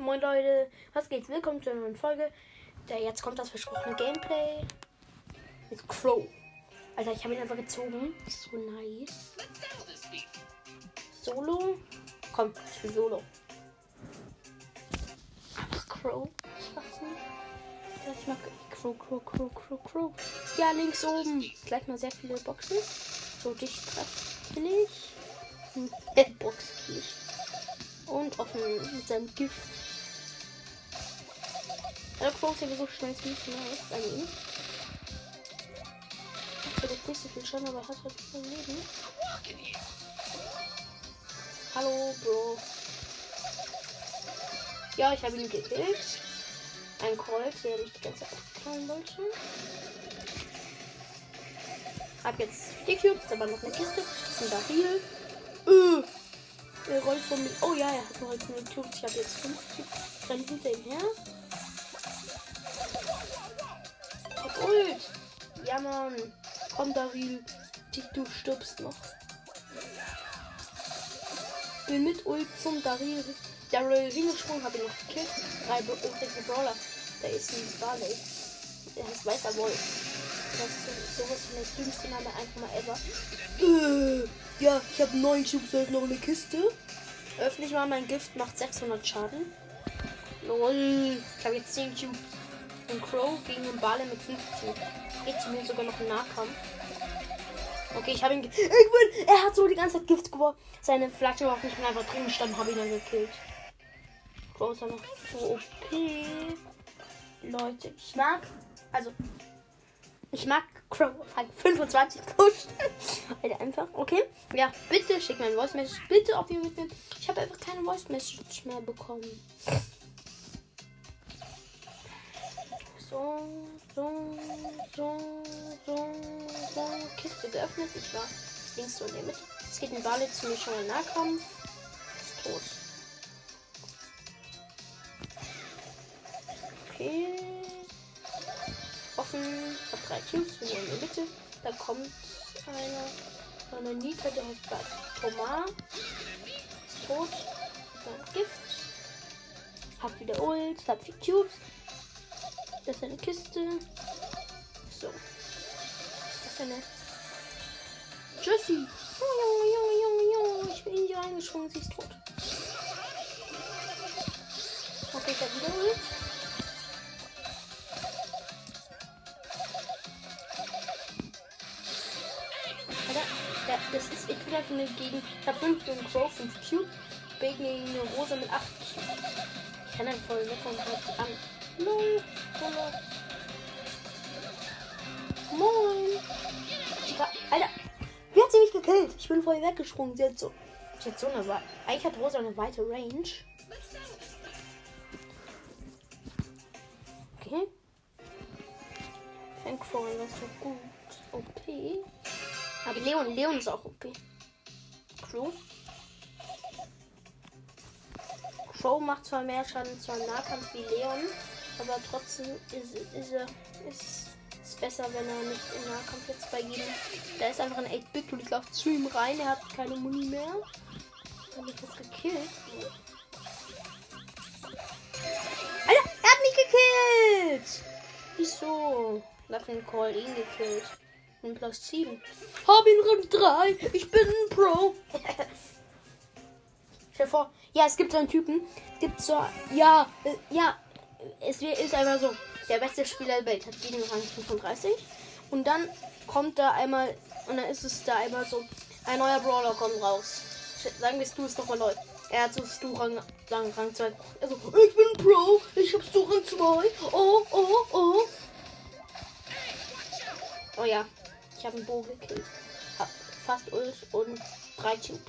Moin Leute, was geht's? Willkommen zu einer neuen Folge. Jetzt kommt das versprochene Gameplay mit Crow. Alter, ich habe ihn einfach gezogen. So nice. Solo? Komm, ich spiele Solo. Ach, Crow. Ich weiß nicht. Ja, ich mag Crow. Ja, links oben. Gleich mal sehr viele Boxen. So, dich will ich. Box will ich. Und offen mit seinem Gift. Der Crow ist ja so schnell ziemlich nice an ihm. Der kriegt nicht so viel Schaden, aber hat halt viel Leben. Hallo, Bro. Ja, ich habe ihn gekillt. Ein Colt, der mich die ganze Zeit abknallen wollte. Hab jetzt 4 Cubes, aber noch eine Kiste. Ein Baril. Er rollt von mir. Oh ja, er hat noch 100 Cubes. Ich habe jetzt 5 Cubes. Ich renn hinter ihm her. Ich hab Ult. Ja, Mann. Komm, Daryl. Du stirbst noch. Bin mit Ult zum Daryl. Daryl hingesprungen, habe ihn noch gekillt. 3 übrige Brawler. Da ist ein Barley. Der heißt Weißer Wolf. Das ist sowas von der dümmste Name einfach mal ever. Ja, ich habe 9 Cubes, da ist noch eine Kiste. Öffne ich mal mein Gift, macht 600 Schaden. Lol. Ich habe jetzt 10 Cubes. Und Crow gegen den Barley mit 15. Geht zu mir sogar noch ein Nahkampf. Okay, ich habe ihn er hat so die ganze Zeit Gift geworfen. Seine Flaggenwaffe nicht mehr einfach drin stand, habe ihn dann gekillt. Crow ist einfach so OP. Leute, ich mag Crow 25 pushen. Alter, einfach. Okay. Ja, bitte schick mir ein Voice Message. Bitte, ob ihr mit mir. Ich habe einfach keine Voice Message mehr bekommen. So. Kiste geöffnet. Ich war links so in der Mitte. Es geht ein Barley zu mir schon in Nahkampf. Ist tot. Okay. Offen. Hab 3 Cubes. Wir in der Mitte. Da kommt eine Nita, der heißt Thomas. Ist tot. Dann Gift. Hab wieder Ult. Hab 4 Cubes. Das ist eine Kiste. So. Das ist eine Jessie. Junge. Ich bin in die reingesprungen. Sie ist tot. Okay, ich hab wieder Ult. Das ist, ich bin einfach nur gegen. Ich habe 5 gegen Crow, 5 Cube. Gegen eine Rosa mit 8 Cube. Ich kann dann voll weg und halt an. Moin. Alter, wie hat sie mich gekillt? Ich bin voll weggesprungen. Sie hat so eine. Eigentlich hat Rosa eine weite Range. Okay. Fancroll, das ist so gut. OP. Aber Leon ist auch OP. Crow macht zwar mehr Schaden zum Nahkampf wie Leon, aber trotzdem ist es besser, wenn er nicht im Nahkampf jetzt bei jedem. Da ist einfach ein 8-Bit und ich laufe zu ihm rein, er hat keine Muni mehr. Dann habe ich das gekillt. Alter, er hat mich gekillt! Wieso? Lassen Call ihn gekillt. Und plus 7. Hab ihn Rang 3. Ich bin ein Pro. Stell dir vor, ja, es gibt so einen Typen. Gibt so, es ist einfach so. Der beste Spieler der Welt hat jeden Rang 35. Und dann kommt da einmal, und dann ist es da einmal so, ein neuer Brawler kommt raus. Sagen wir Stu ist nochmal neu. Er hat so Stu Rang 2. Also, ich bin ein Pro. Ich hab Stu Rang 2. Oh. Oh ja. Ich habe einen Bo gekillt. Hab fast Ult und 3 Cubes.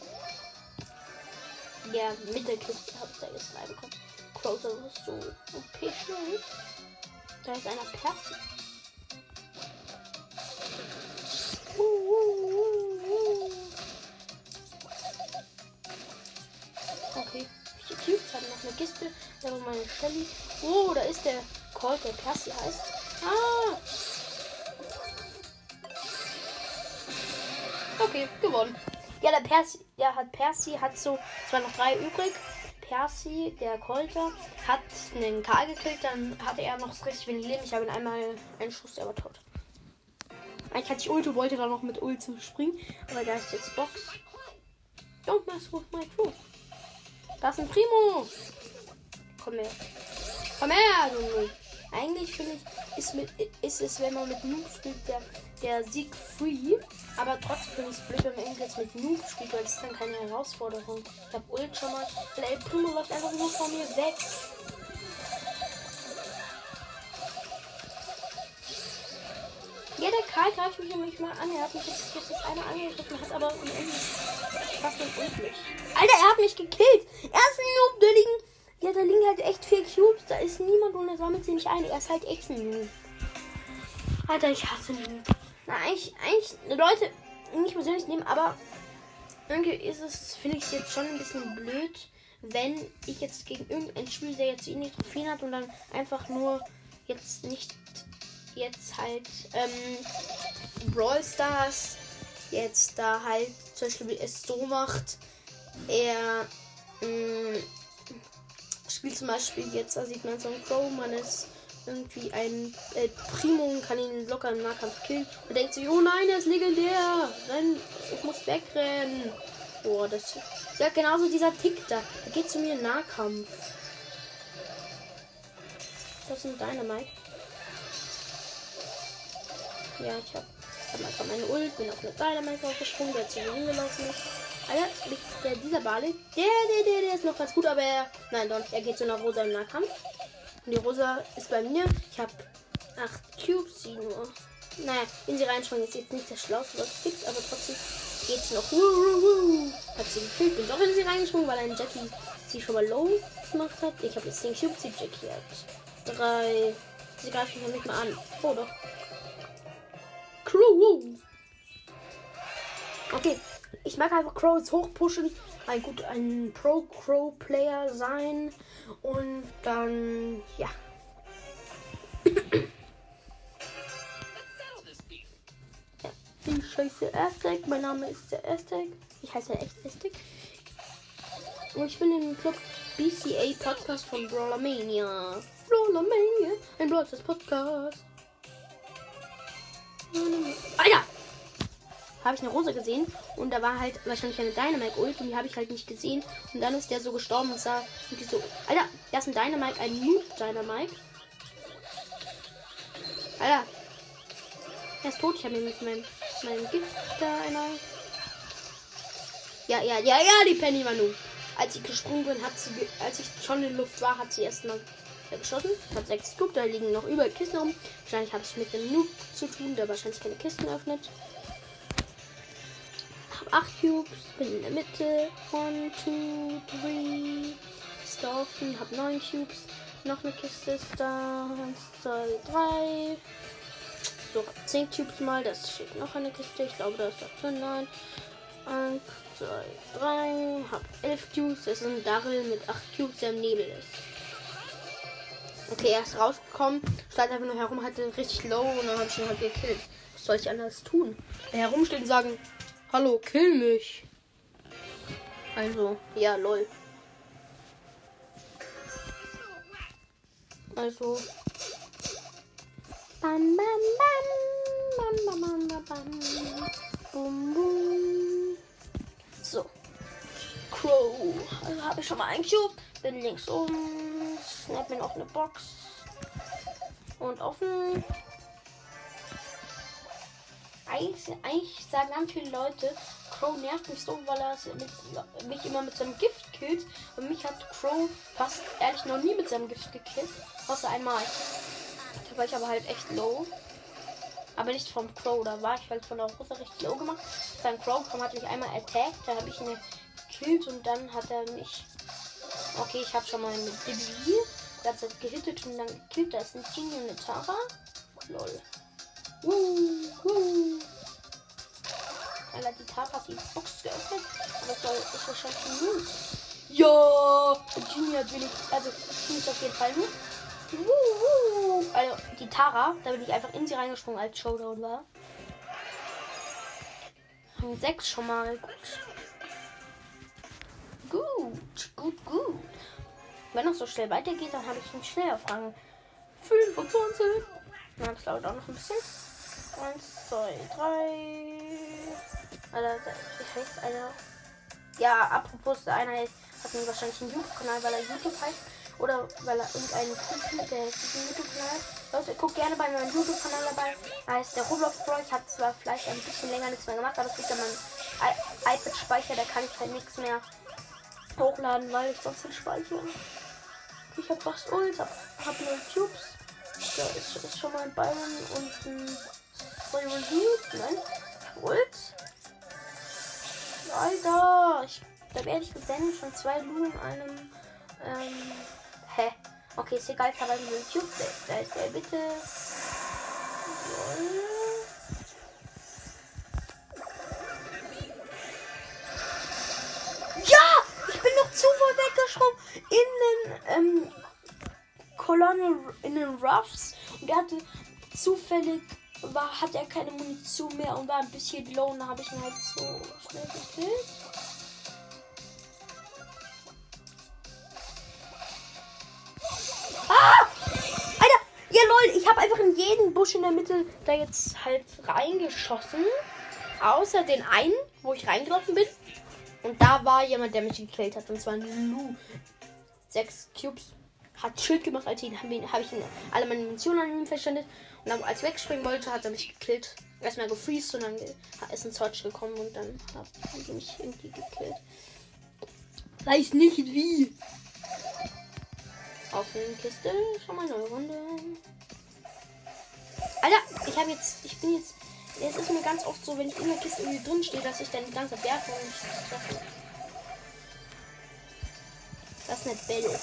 Ja, mit der Kiste habe ich da jetzt 3 bekommen. Crowser ist so OP schnell. Da ist einer Percy. Okay, 4 Cubes, haben noch eine Kiste. Da war meine Shelly. Oh, da ist der Colt, der Percy heißt. Okay, gewonnen. Ja, Percy hat so, es waren noch 3 übrig. Percy, der Colter, hat einen Karl gekillt, dann hatte er noch richtig wenig Leben. Ich habe ihn einmal einen Schuss, der war tot. Eigentlich hatte ich Ult und wollte da noch mit Ult springen, aber da ist jetzt Box. Don't mess with my crew. Da ist ein Primo. Komm her. Komm her, du. Eigentlich finde ich, ist es, wenn man mit Noob spielt, der Sieg free. Aber trotzdem finde ich es blöd, wenn man jetzt mit Noob spielt, weil es dann keine Herausforderung. Ich habe Ult schon mal. Der El Primo läuft einfach nur von mir weg. Ja, der Karl greift mich nämlich mal an. Er hat mich jetzt einer angegriffen, hat aber am Ende fast unmöglich. Alter, er hat mich gekillt. Er ist ein Noob, da liegen halt echt 4 Cubes. Da ist niemand und er sammelt sie nicht ein. Er ist halt echt ein Noob. Alter, ich hasse ihn. Na, eigentlich, Leute, nicht persönlich nehmen, aber irgendwie finde ich es jetzt schon ein bisschen blöd, wenn ich jetzt gegen irgendein Spiel, der jetzt wenig Trophäen hat und dann einfach nur jetzt halt Brawl Stars jetzt da halt zum Beispiel es so macht, er spielt zum Beispiel jetzt, da sieht man so einen Crow, man ist irgendwie ein Primo und kann ihn locker im Nahkampf killen und denkt sich, oh nein, er ist legendär, renn, ich muss wegrennen. Boah, das ja genauso dieser Tick da, der geht zu mir in Nahkampf. Das ist ein Dynamite. Ja, ich hab einfach meine Ult, bin auf eine Dynamite aufgesprungen, der zu mir hingelaufen ist. Alter, dieser Barley, der ist noch ganz gut, aber nein, doch nicht. Er geht zu einer Rosa im Nahkampf. Und die Rosa ist bei mir. Ich habe 8 Cubes, sie nur. Naja, in sie reinspringen ist jetzt nicht das Schlauste, was es gibt, aber trotzdem geht's noch. Hat sie gekillt, bin doch in sie reingesprungen, weil ein Jackie sie schon mal low gemacht hat. Ich habe jetzt 10 Cubes, die Jackie hat 3. Sie greift mich noch nicht mal an. Oh doch. Crow. Okay, ich mag einfach Crows hochpushen, ein Pro-Crow-Player sein und dann, ja. Ich heiße Aztec, mein Name ist der Aztec. Ich heiße echt Aztec. Und ich bin im Club BCA Podcast von Brawlermania. Brawlermania, ein Brawl Stars Podcast. Alter! Habe ich eine Rose gesehen und da war halt wahrscheinlich eine Dynamite Ult und die habe ich halt nicht gesehen und dann ist der so gestorben und sah irgendwie so, Alter, da ist ein Dynamite, ein Noob Dynamite. Alter, er ist tot, ich habe mir mit meinem Gift da einer. Ja, die Penny war Noob. Als ich gesprungen bin, als ich schon in der Luft war, hat sie erstmal geschossen. Ich habe 6 Cubes, da liegen noch überall Kisten rum. Wahrscheinlich habe ich mit dem Noob zu tun, der wahrscheinlich keine Kisten öffnet. Habe 8 Cubes, bin in der Mitte. 1, 2, 3. Ist da offen, habe 9 Cubes. Noch eine Kiste ist da. 1, 2, 3. So, 10 Cubes mal. Das steht noch eine Kiste. Ich glaube, da ist da 9. 1, 2, 3. Hab 11 Cubes. Das ist ein Daryl mit 8 Cubes, der im Nebel ist. Okay, er ist rausgekommen, stand einfach nur herum, hatte richtig low und dann habe ich ihn halt gekillt. Was soll ich anders tun? Herumstehen und sagen, hallo, kill mich. Also, ja, lol. Also. Bam, bam, bam. Bam, bam, bam, bam. Bum, bum. So. Crow. Also habe ich schon mal einen Cube. Bin links oben. Snap mir noch eine Box. Und offen. Eigentlich sagen ganz viele Leute, Crow nervt mich so, weil er mich immer mit seinem Gift killt. Und mich hat Crow fast ehrlich noch nie mit seinem Gift gekillt. Außer einmal. Da war ich aber halt echt low. Aber nicht vom Crow, da war ich halt von der Rosa richtig low gemacht. Sein Crow hat mich einmal attacked, da habe ich ihn gekillt und dann hat er mich. Okay, ich habe schon mal eine Bibi. Der hat halt gehittet und dann gekillt. Da ist ein Genie und eine Tara. Lol. Alter, die Tara hat die Box geöffnet. Aber das ist wahrscheinlich ein Move. Ja! Der Genie hat wenig. Also, Genie ist auf jeden Fall Move. Also, die Tara, da bin ich einfach in sie reingesprungen, als Showdown war. 6 schon mal. Gut. Gut. Wenn es so schnell weitergeht, dann habe ich ihn schnell auf Rang 25. Na, das dauert auch noch ein bisschen. 1, 2, 3. Alter, wie heißt einer? Ja, apropos, der einer hat mir wahrscheinlich einen YouTube-Kanal, weil er YouTube heißt. Oder weil er irgendeinen Typ, der diesen YouTube-Kanal hat. Leute, guckt gerne bei meinem YouTube-Kanal dabei. Heißt der Roblox Bro. Ich habe zwar vielleicht ein bisschen länger nichts mehr gemacht, aber es liegt an meinem iPad-Speicher. Da kann ich halt nichts mehr hochladen, weil ich sonst den Speicher. Ich habe fast Ult, hab 0 Cubes. Da ist schon mal ein Byron und ein Nein, Ult. Alter, da werde ich gesendet von 2 Lu in einem. Okay, ist egal, ich habe einen Cube. Da ist der, bitte. Ja! Ich bin noch zuvor weggesprungen in den Kolonne, in den Ruffs. Und er hatte zufällig, hat er keine Munition mehr und war ein bisschen low. Und da habe ich ihn halt so schnell gekillt. Ja, lol, ich habe einfach in jeden Busch in der Mitte da jetzt halt reingeschossen. Außer den einen, wo ich reingelaufen bin. Und da war jemand, der mich gekillt hat. Und zwar ein Lu. 6 Cubes. Hat Schild gemacht, als habe ich ihn alle meine Munitionen an ihm verschwendet. Und dann, als ich wegspringen wollte, hat er mich gekillt. Erstmal gefreezed und dann ist ein Search gekommen und dann haben sie mich irgendwie gekillt. Weiß nicht wie. Auf eine Kiste, schon mal eine Runde. Alter, ich bin jetzt. Es ist mir ganz oft so, wenn ich in der Kiste irgendwie drin stehe, dass ich dann die ganze werfe und ich treffe. Das ist eine Bälle.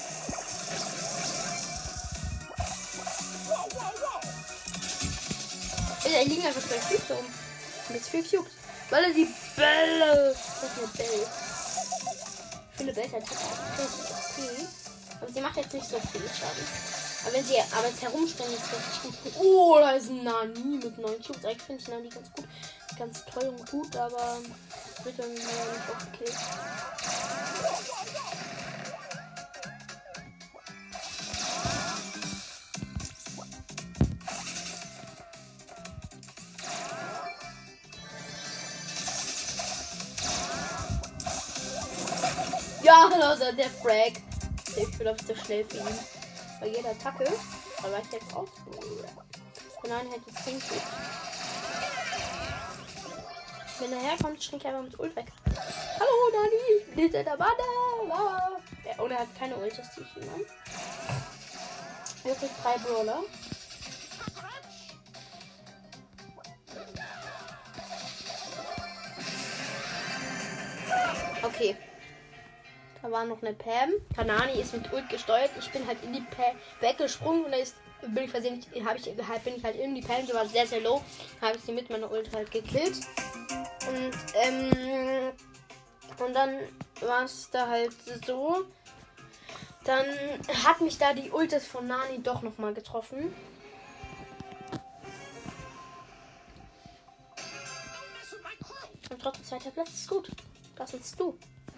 Da liegen einfach 2 Cubes rum. Mit 4 Cubes. Weil er die Bälle. Das ist eine Bälle. Ich finde Bälle halt okay. Aber sie macht jetzt nicht so viel Schaden. Aber wenn sie herumspringen, ist das richtig gut. Oh, da ist ein Nani mit 9 Cubes. Eigentlich finde ich Nani ganz gut. Ganz toll und gut, aber wird dann nicht okay. Ja, also der Frag. Ich bin auf zu schnell für ihn. Bei jeder Attacke. Aber ich jetzt auch. Nein, hätte es hingeht. Wenn er herkommt, schrinkt er einfach mit Ult weg. Hallo, Nani. Ich bin hinter der Wanne. Und er hat keine Ult, das ziehe ich ihn an. Wirklich 3 Brawler. Okay. Da war noch eine Pam. Kanani ist mit Ult gesteuert. Ich bin halt in die Pam weggesprungen und da bin ich halt in die Pam. Die war sehr, sehr low. Da habe ich sie mit meiner Ult halt gekillt. Und dann war es da halt so. Dann hat mich da die Ultis von Nani doch nochmal getroffen. Und trotzdem 2. Platz ist gut. Das willst du.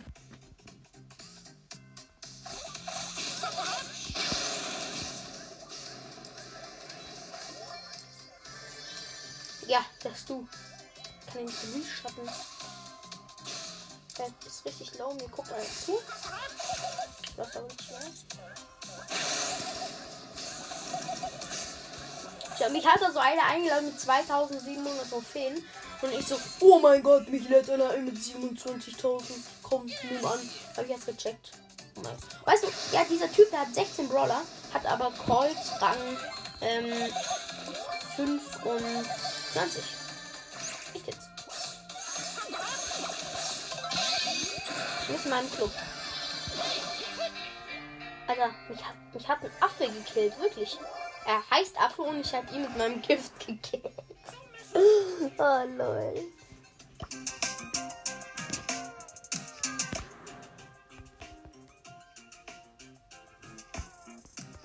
Ja, das du. Kann ich nicht durchschatten. Der ist richtig low. Mir guckt einer zu. Was aber nicht schnell. Ja, mich hat da so einer eingeladen mit 2700 Trophäen. Und ich so, oh mein Gott, mich lädt einer ein mit 27.000. Komm, nimm an. Hab ich jetzt gecheckt. Oh mein. Weißt du, ja, dieser Typ, der hat 16 Brawler, hat aber Colt Rang 25. Echt jetzt. Ich muss in meinem Club. Alter, mich hat ein Affe gekillt, wirklich. Er heißt Affe und ich habe ihn mit meinem Gift gekillt. Oh lol.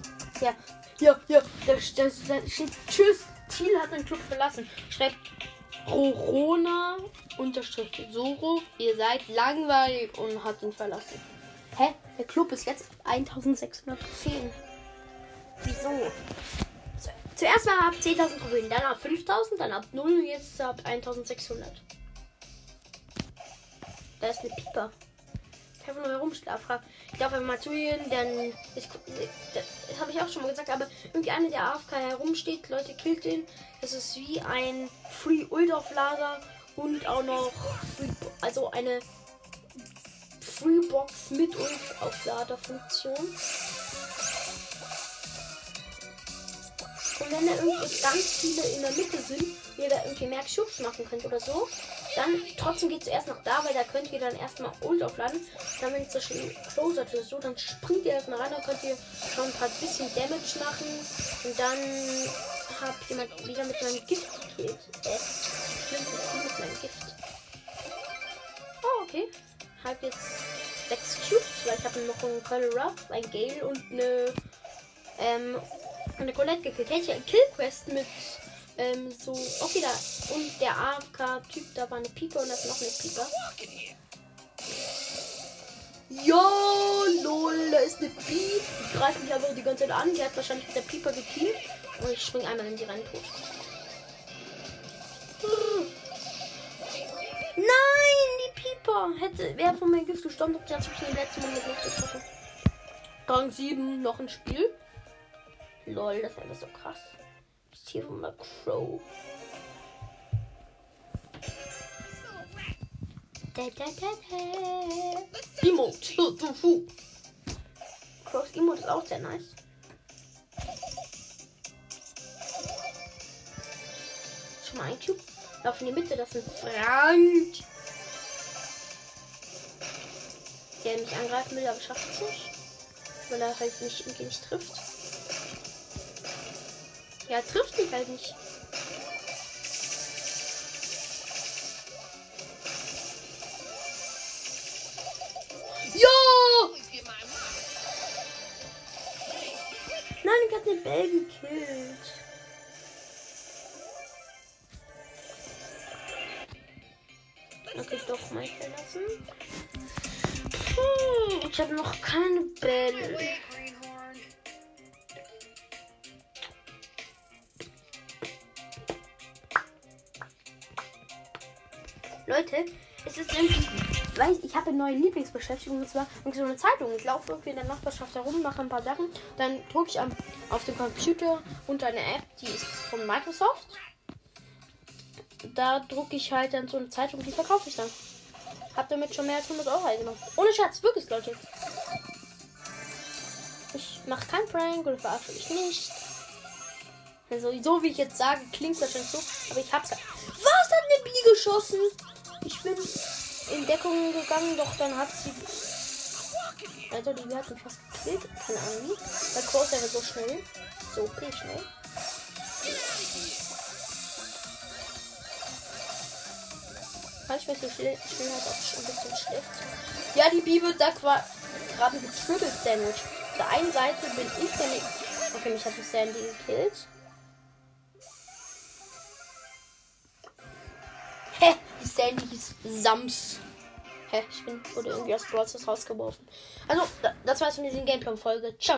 Ja, da steht Tschüss. Thiel hat den Club verlassen. Schreibt Rorona_Soro. Ihr seid langweilig und hat ihn verlassen. Hä? Der Club ist jetzt 1610. Wieso? Zuerst mal ab 10.000 Trophäen, dann ab 5.000, dann ab 0 und jetzt ab 1.600. Da ist eine Pieper. Ich habe nur herumschlafen. Ich darf einfach mal zu ihnen, denn das habe ich auch schon mal gesagt, aber irgendwie einer, der AFK herumsteht, Leute, killt den. Das ist wie ein Free Ult-Auflader und auch noch also eine Freebox mit Ult-Auflader-Funktion. Und wenn da irgendwie ganz viele in der Mitte sind, ihr da irgendwie mehr Schutz machen könnt oder so, dann trotzdem geht zuerst noch da, weil da könnt ihr dann erstmal Ult aufladen. Dann wenn ihr zum Beispiel Closer oder so, dann springt ihr erstmal rein, dann könnt ihr schon ein paar bisschen Damage machen und dann habt jemand wieder mit meinem Gift gekillt. Ich bin mit meinem Gift. Oh, okay. Hab jetzt 6 Cubes, weil ich habe noch einen Colonel Ruff, ein Gale und eine Colette gekillt. Hätte ich eine Killquest mit so. Okay, da. Und der AFK-Typ, da war eine Pieper und das noch eine Pieper. Ja, lol, da ist eine Pieper. Die greift mich aber die ganze Zeit an. Die hat wahrscheinlich mit der Pieper gekillt. Und ich spring einmal in die rein tot. Nein, die Pieper. Wäre von meinem Gift gestorben, doch die hat sich den letzten Moment nicht getroffen. Rang 7, noch ein Spiel. Lol, das ist einfach so krass. Das Tier von der Crow. Emote. Crows Emote ist auch sehr nice. Schon mal ein Cube. Lauf in die Mitte, das ist ein Frank. Der mich angreifen will, aber schafft es nicht. Weil er halt nicht irgendwie nicht trifft. Ja, trifft mich halt nicht. Ja! Nein, ich hab den Bell gekillt. Okay, doch mal verlassen. Ich habe noch keine Bell. Leute, es ist irgendwie, ich habe eine neue Lieblingsbeschäftigung, und zwar so eine Zeitung. Ich laufe irgendwie in der Nachbarschaft herum, mache ein paar Sachen, dann drücke ich auf dem Computer unter eine App, die ist von Microsoft. Da drucke ich halt dann so eine Zeitung, die verkaufe ich dann. Hab damit schon mehr als 100 Euro gemacht. Ohne Schatz, wirklich, Leute. Ich mache kein Prank oder verarsche ich nicht. Also, so wie ich jetzt sage, klingt es wahrscheinlich so, aber ich hab's halt. Was hat eine Bee geschossen? Ich bin in Deckung gegangen, doch dann hat sie. Alter, die hat mich fast gekillt. Keine Ahnung wie. Weil Cross wäre so schnell. So okay, schnell. Manchmal ist die Schnellheit auch schon ein bisschen schlecht. Ja, die Bee wird da gerade getrippelt Sandwich. Auf der einen Seite bin ich der nicht. Okay, mich hat die Sandy gekillt. Hä? Die Sandy hieß Sams. Hä? Wurde irgendwie aus Brawl Stars rausgeworfen. Also, das war's von dieser Gameplay-Folge. Ciao.